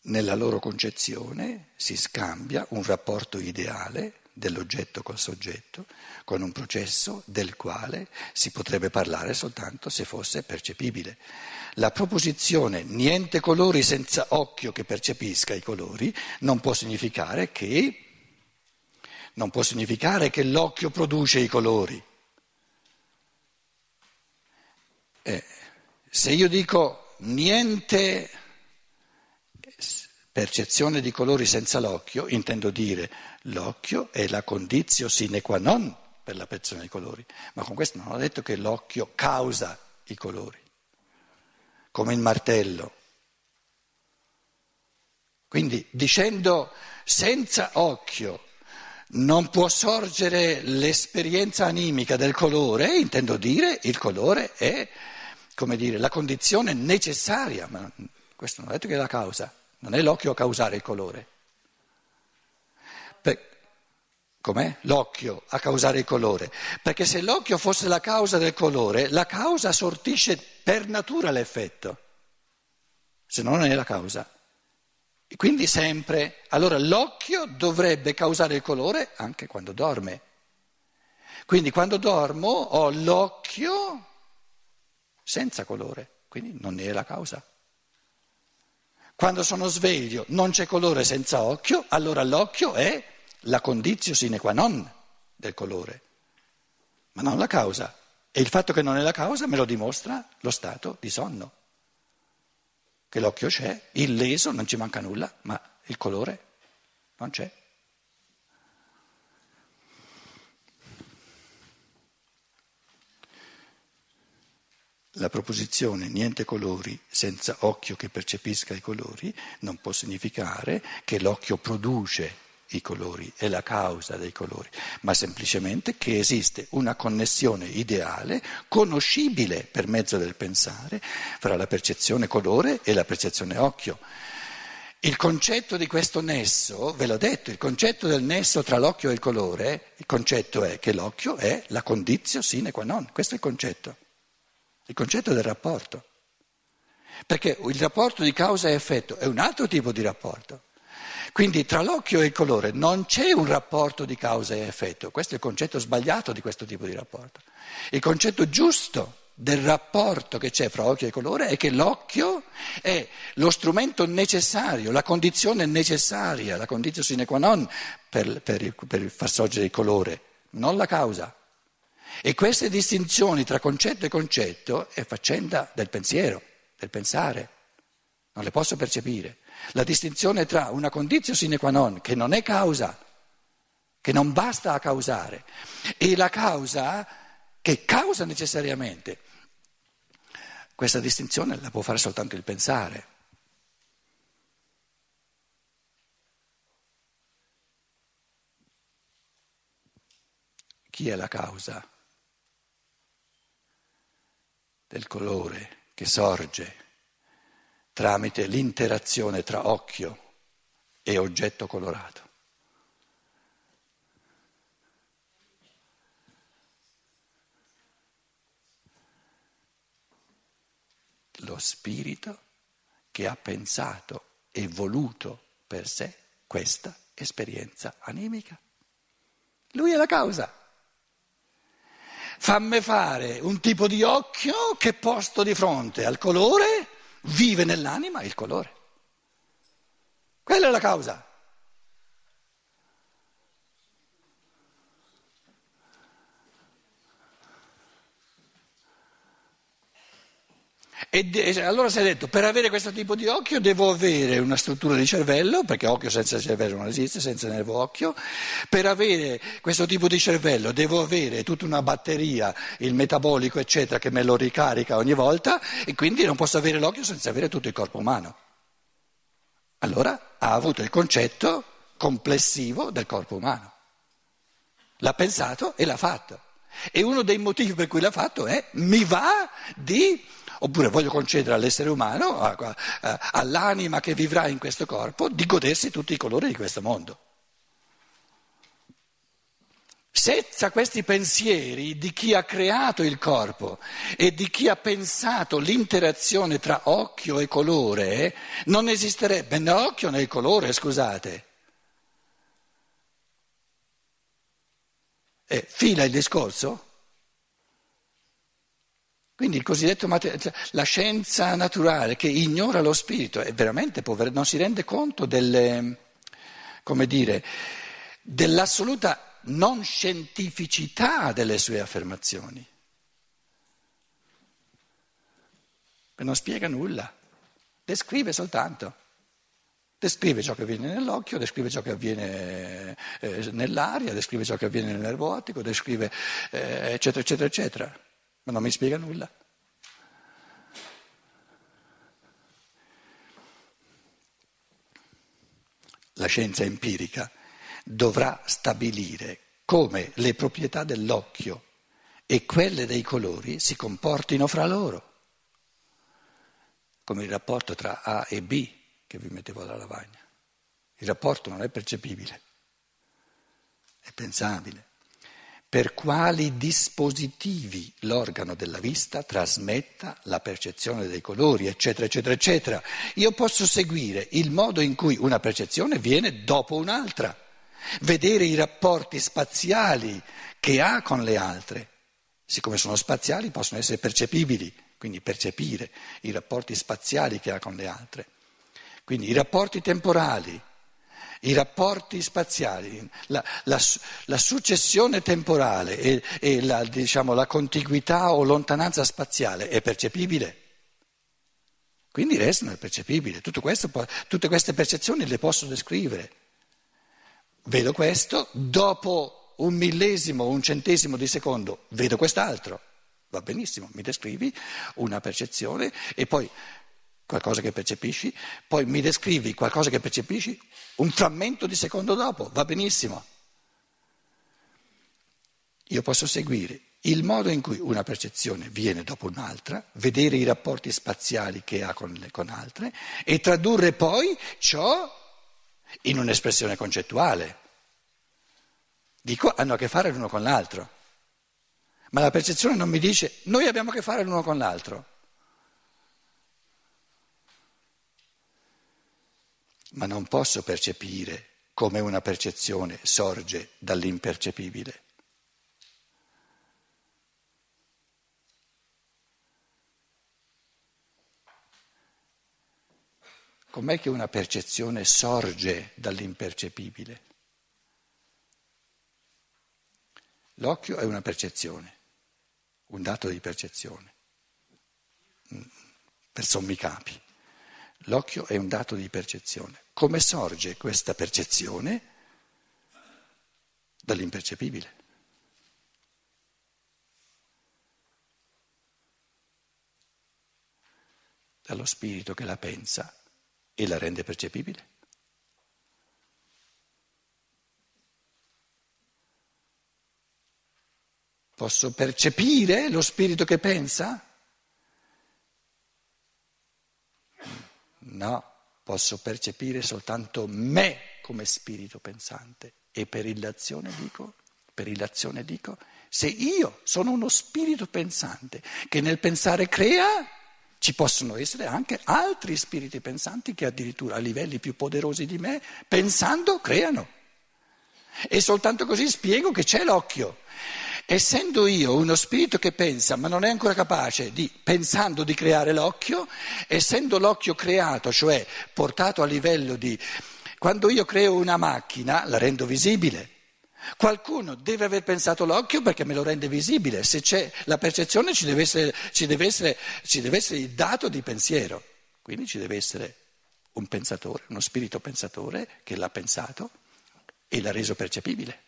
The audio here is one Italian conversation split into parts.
nella loro concezione si scambia un rapporto ideale dell'oggetto col soggetto con un processo del quale si potrebbe parlare soltanto se fosse percepibile. La proposizione niente colori senza occhio che percepisca i colori non può significare che l'occhio produce i colori. Se io dico niente percezione di colori senza l'occhio, intendo dire l'occhio è la conditio sine qua non per la percezione dei colori, ma con questo non ho detto che l'occhio causa i colori, come il martello. Quindi dicendo senza occhio non può sorgere l'esperienza animica del colore, intendo dire il colore è, come dire, la condizione necessaria, ma questo non ho detto che è la causa, non è l'occhio a causare il colore. Com'è? L'occhio a causare il colore, perché se l'occhio fosse la causa del colore, la causa sortisce per natura l'effetto, se no non è la causa. E quindi sempre, allora l'occhio dovrebbe causare il colore anche quando dorme. Quindi quando dormo ho l'occhio senza colore, quindi non ne è la causa. Quando sono sveglio non c'è colore senza occhio, allora l'occhio è la conditio sine qua non del colore, ma non la causa. E il fatto che non è la causa me lo dimostra lo stato di sonno. Che l'occhio c'è, illeso, non ci manca nulla, ma il colore non c'è. La proposizione niente colori senza occhio che percepisca i colori non può significare che l'occhio produce i colori, è la causa dei colori, ma semplicemente che esiste una connessione ideale, conoscibile per mezzo del pensare, fra la percezione colore e la percezione occhio. Il concetto di questo nesso, ve l'ho detto, il concetto del nesso tra l'occhio e il colore, il concetto è che l'occhio è la conditio sine qua non, questo è il concetto del rapporto, perché il rapporto di causa e effetto è un altro tipo di rapporto. Quindi tra l'occhio e il colore non c'è un rapporto di causa e effetto, questo è il concetto sbagliato di questo tipo di rapporto. Il concetto giusto del rapporto che c'è fra occhio e colore è che l'occhio è lo strumento necessario, la condizione necessaria, la conditio sine qua non per far sorgere il colore, non la causa. E queste distinzioni tra concetto e concetto è faccenda del pensiero, del pensare, non le posso percepire. La distinzione tra una conditio sine qua non, che non è causa, che non basta a causare, e la causa che causa necessariamente, questa distinzione la può fare soltanto il pensare. Chi è la causa del colore che sorge tramite l'interazione tra occhio e oggetto colorato? Lo spirito che ha pensato e voluto per sé questa esperienza animica. Lui è la causa. Fammi fare un tipo di occhio che posto di fronte al colore vive nell'anima il colore. Quella è la causa. E allora si è detto, per avere questo tipo di occhio devo avere una struttura di cervello, perché occhio senza cervello non esiste, senza nervo occhio. Per avere questo tipo di cervello devo avere tutta una batteria, il metabolico eccetera, che me lo ricarica ogni volta, e quindi non posso avere l'occhio senza avere tutto il corpo umano. Allora ha avuto il concetto complessivo del corpo umano. L'ha pensato e l'ha fatto. E uno dei motivi per cui l'ha fatto è mi va di... Oppure voglio concedere all'essere umano, all'anima che vivrà in questo corpo, di godersi tutti i colori di questo mondo. senza questi pensieri di chi ha creato il corpo e di chi ha pensato l'interazione tra occhio e colore, non esisterebbe né occhio né colore, scusate. Fila il discorso? Quindi il cosiddetto la scienza naturale che ignora lo spirito è veramente povera, non si rende conto come dire, dell'assoluta non scientificità delle sue affermazioni. Non spiega nulla, descrive soltanto. Descrive ciò che avviene nell'occhio, descrive ciò che avviene nell'aria, descrive ciò che avviene nel nervo ottico, descrive eccetera, eccetera, eccetera. Ma non mi spiega nulla. La scienza empirica dovrà stabilire come le proprietà dell'occhio e quelle dei colori si comportino fra loro, come il rapporto tra A e B che vi mettevo alla lavagna. Il rapporto non è percepibile, è pensabile. Per quali dispositivi l'organo della vista trasmetta la percezione dei colori, eccetera, eccetera, eccetera. Io posso seguire il modo in cui una percezione viene dopo un'altra, vedere i rapporti spaziali che ha con le altre. Siccome sono spaziali possono essere percepibili, quindi percepire i rapporti spaziali che ha con le altre. Quindi i rapporti temporali, i rapporti spaziali, la successione temporale e la contiguità o lontananza spaziale è percepibile. Quindi il resto non è percepibile. Tutte queste percezioni le posso descrivere. Vedo questo, dopo un millesimo, un centesimo di secondo, vedo quest'altro. Va benissimo, mi descrivi una percezione e poi qualcosa che percepisci, poi mi descrivi qualcosa che percepisci un frammento di secondo dopo, va benissimo. Io posso seguire il modo in cui una percezione viene dopo un'altra, vedere i rapporti spaziali che ha con altre e tradurre poi ciò in un'espressione concettuale. Dico, hanno a che fare l'uno con l'altro, ma la percezione non mi dice noi abbiamo a che fare l'uno con l'altro. Ma non posso percepire come una percezione sorge dall'impercepibile. Com'è che una percezione sorge dall'impercepibile? L'occhio è una percezione, un dato di percezione, per sommi capi. L'occhio è un dato di percezione. Come sorge questa percezione? Dall'impercepibile. Dallo spirito che la pensa e la rende percepibile. Posso percepire lo spirito che pensa? No, posso percepire soltanto me come spirito pensante e per illazione dico, se io sono uno spirito pensante che nel pensare crea, ci possono essere anche altri spiriti pensanti che addirittura a livelli più poderosi di me, pensando, creano. E soltanto così spiego che c'è l'occhio. Essendo io uno spirito che pensa ma non è ancora capace pensando di creare l'occhio, essendo l'occhio creato, cioè portato a livello di... Quando io creo una macchina la rendo visibile. Qualcuno deve aver pensato l'occhio perché me lo rende visibile. Se c'è la percezione ci deve essere il dato di pensiero. Quindi ci deve essere un pensatore, uno spirito pensatore che l'ha pensato e l'ha reso percepibile.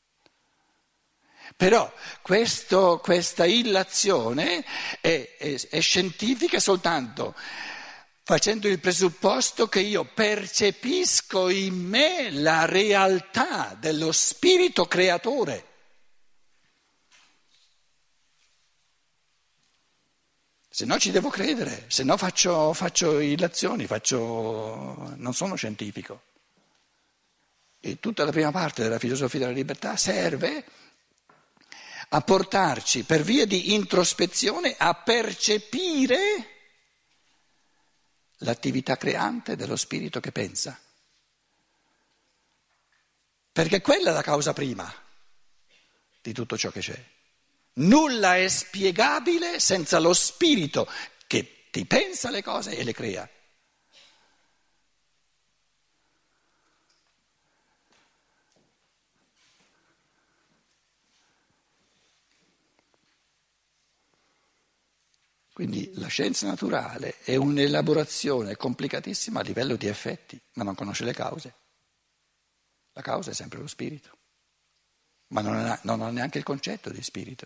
Però questa illazione è scientifica soltanto facendo il presupposto che io percepisco in me la realtà dello spirito creatore. Se no ci devo credere, se no faccio illazioni, non sono scientifico. E tutta la prima parte della filosofia della libertà serve a portarci per via di introspezione a percepire l'attività creante dello spirito che pensa. Perché quella è la causa prima di tutto ciò che c'è. Nulla è spiegabile senza lo spirito che ti pensa le cose e le crea. Quindi la scienza naturale è un'elaborazione complicatissima a livello di effetti, ma non conosce le cause. La causa è sempre lo spirito, ma non ha neanche il concetto di spirito.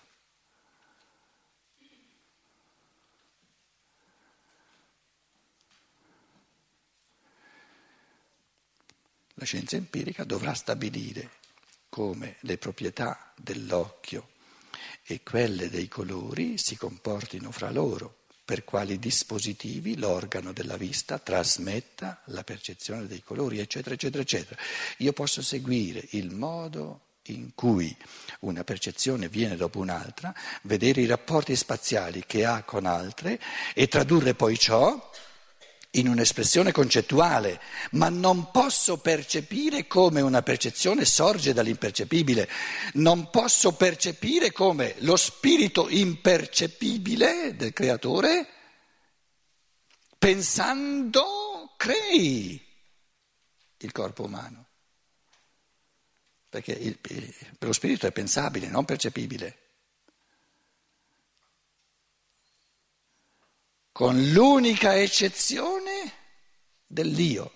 La scienza empirica dovrà stabilire come le proprietà dell'occhio e quelle dei colori si comportino fra loro, per quali dispositivi l'organo della vista trasmetta la percezione dei colori, eccetera, eccetera, eccetera. Io posso seguire il modo in cui una percezione viene dopo un'altra, vedere i rapporti spaziali che ha con altre e tradurre poi ciò in un'espressione concettuale, ma non posso percepire come una percezione sorge dall'impercepibile, non posso percepire come lo spirito impercepibile del creatore, pensando, crei il corpo umano, perché per lo spirito è pensabile, non percepibile. Con l'unica eccezione dell'io.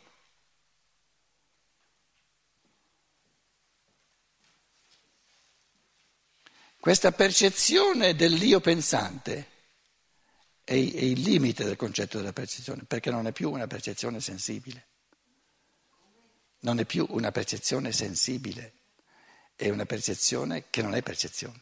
Questa percezione dell'io pensante è il limite del concetto della percezione, perché non è più una percezione sensibile. Non è più una percezione sensibile, è una percezione che non è percezione.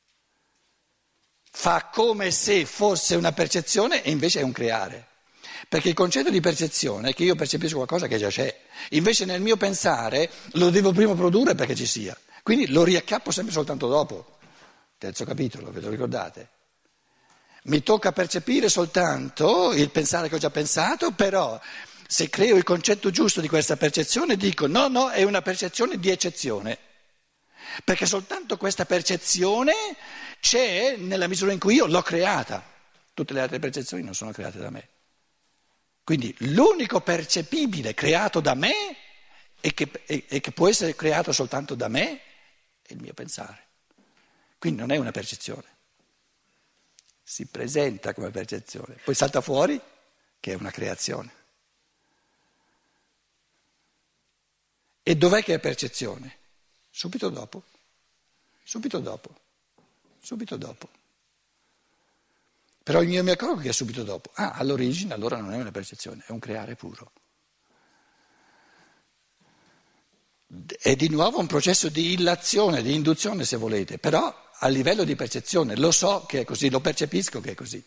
Fa come se fosse una percezione e invece è un creare. Perché il concetto di percezione è che io percepisco qualcosa che già c'è, invece nel mio pensare lo devo prima produrre perché ci sia, quindi lo riacchiappo sempre soltanto dopo. Terzo capitolo, ve lo ricordate? Mi tocca percepire soltanto il pensare che ho già pensato, però se creo il concetto giusto di questa percezione dico no, è una percezione di eccezione. Perché soltanto questa percezione c'è nella misura in cui io l'ho creata. Tutte le altre percezioni non sono create da me. Quindi l'unico percepibile creato da me e che può essere creato soltanto da me è il mio pensare. Quindi non è una percezione. Si presenta come percezione, poi salta fuori che è una creazione. E dov'è che è percezione? Subito dopo. Però io mi accorgo che è subito dopo. All'origine allora non è una percezione, è un creare puro. È di nuovo un processo di illazione, di induzione se volete, però a livello di percezione lo so che è così, lo percepisco che è così.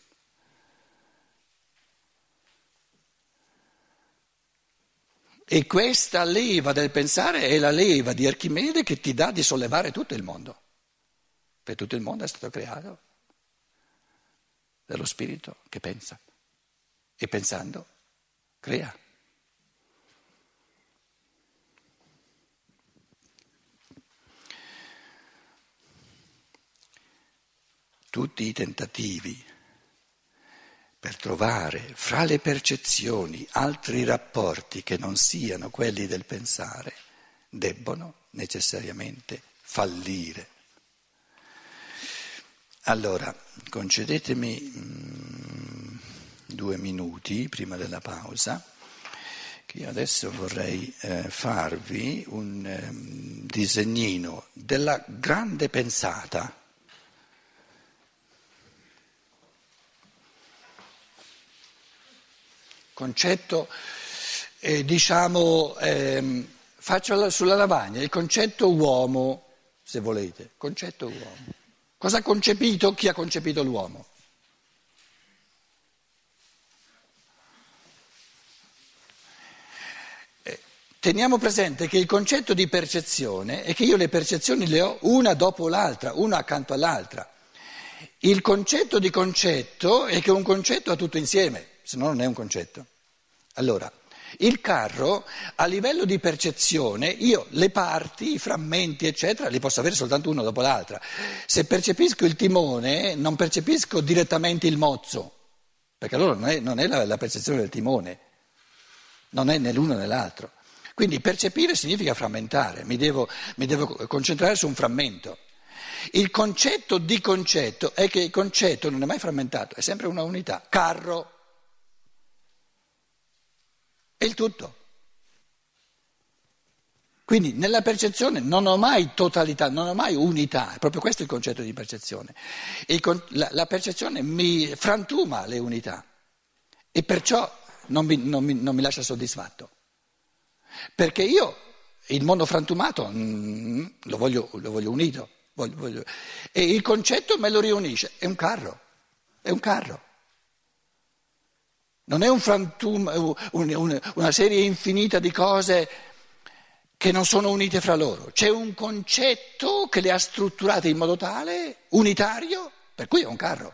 E questa leva del pensare è la leva di Archimede che ti dà di sollevare tutto il mondo. Perché tutto il mondo è stato creato dallo spirito che pensa e pensando crea. Tutti i tentativi per trovare fra le percezioni altri rapporti che non siano quelli del pensare debbono necessariamente fallire. Allora, concedetemi 2 minuti prima della pausa, che io adesso vorrei farvi un disegnino della grande pensata. Concetto, faccio sulla lavagna il concetto uomo, se volete, concetto uomo. Cosa ha concepito chi ha concepito l'uomo? Teniamo presente che il concetto di percezione è che io le percezioni le ho una dopo l'altra, una accanto all'altra. Il concetto di concetto è che un concetto ha tutto insieme, se no non è un concetto. Allora, il carro a livello di percezione, io le parti, i frammenti eccetera, li posso avere soltanto uno dopo l'altra. Se percepisco il timone non percepisco direttamente il mozzo, perché allora non è la percezione del timone, non è né l'uno né l'altro. Quindi percepire significa frammentare, mi devo concentrare su un frammento. Il concetto di concetto è che il concetto non è mai frammentato, è sempre una unità. Carro è il tutto. Quindi nella percezione non ho mai totalità, non ho mai unità, è proprio questo il concetto di percezione. La percezione mi frantuma le unità e perciò non mi lascia soddisfatto. Perché io il mondo frantumato lo voglio unito, e il concetto me lo riunisce, è un carro. Non è un frantume, una serie infinita di cose che non sono unite fra loro. C'è un concetto che le ha strutturate in modo tale, unitario, per cui è un carro.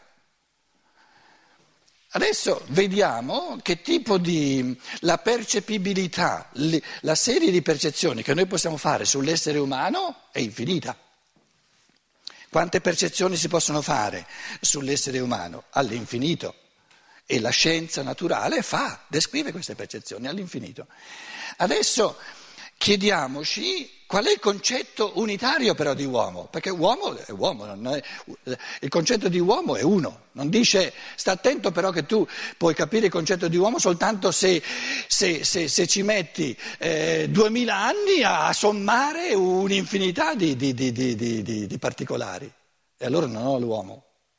Adesso vediamo che tipo di la percepibilità, la serie di percezioni che noi possiamo fare sull'essere umano è infinita. Quante percezioni si possono fare sull'essere umano? All'infinito. E la scienza naturale descrive queste percezioni all'infinito. Adesso chiediamoci qual è il concetto unitario però di uomo, perché uomo è uomo, il concetto di uomo è uno, non dice, sta attento però che tu puoi capire il concetto di uomo soltanto se ci metti 2000 anni a sommare un'infinità di particolari, e allora non ho l'uomo.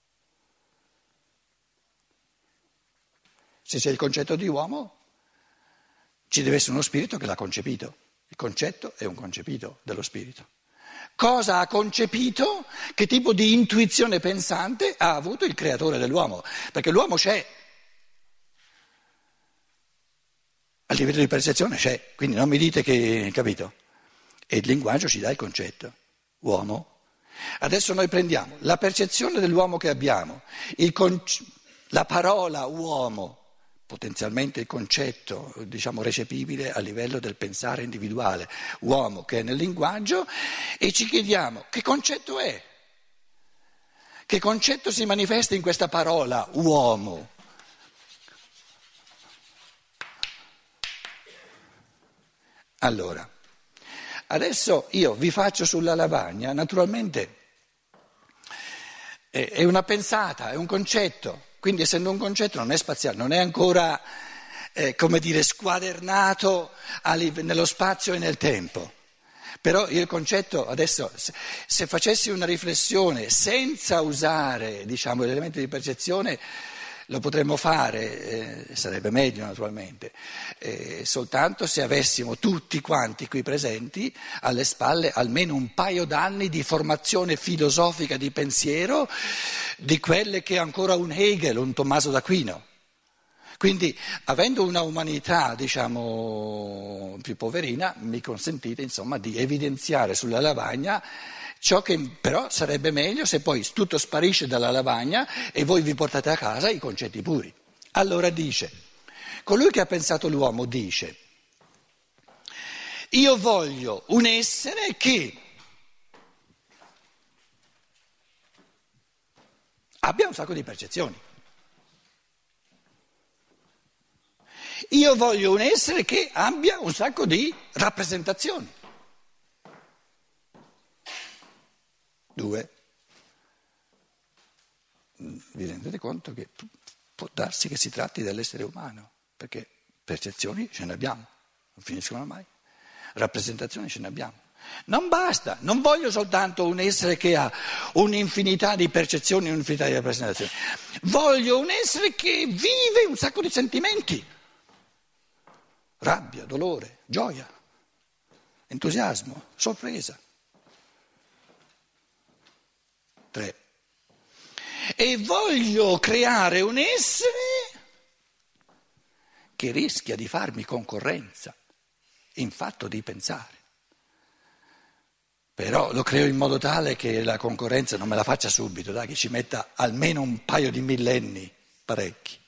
Se c'è il concetto di uomo, ci deve essere uno spirito che l'ha concepito. Il concetto è un concepito dello spirito. Cosa ha concepito? Che tipo di intuizione pensante ha avuto il creatore dell'uomo? Perché l'uomo c'è. A livello di percezione c'è, quindi non mi dite che, capito? E il linguaggio ci dà il concetto, uomo. Adesso noi prendiamo la percezione dell'uomo che abbiamo, la parola uomo, potenzialmente il concetto, diciamo, recepibile a livello del pensare individuale, uomo che è nel linguaggio, e ci chiediamo che concetto è? Che concetto si manifesta in questa parola uomo? Allora, adesso io vi faccio sulla lavagna, naturalmente è una pensata, è un concetto. Quindi essendo un concetto non è spaziale, non è ancora, come dire, squadernato nello spazio e nel tempo. Però il concetto adesso, se facessi una riflessione senza usare, diciamo, l'elemento di percezione, lo potremmo fare, sarebbe meglio naturalmente, soltanto se avessimo tutti quanti qui presenti alle spalle almeno un paio d'anni di formazione filosofica di pensiero di quelle che ancora un Hegel, un Tommaso d'Aquino. Quindi, avendo una umanità, diciamo, più poverina, mi consentite, insomma, di evidenziare sulla lavagna ciò che però sarebbe meglio se poi tutto sparisce dalla lavagna e voi vi portate a casa i concetti puri. Allora dice, colui che ha pensato l'uomo dice, io voglio un essere che abbia un sacco di percezioni. Io voglio un essere che abbia un sacco di rappresentazioni. 2. Vi rendete conto che può darsi che si tratti dell'essere umano, perché percezioni ce ne abbiamo, non finiscono mai, rappresentazioni ce ne abbiamo. Non basta, non voglio soltanto un essere che ha un'infinità di percezioni, un'infinità di rappresentazioni, voglio un essere che vive un sacco di sentimenti, rabbia, dolore, gioia, entusiasmo, sorpresa. 3. E voglio creare un essere che rischia di farmi concorrenza in fatto di pensare. Però lo creo in modo tale che la concorrenza non me la faccia subito, dai, che ci metta almeno un paio di millenni, parecchi.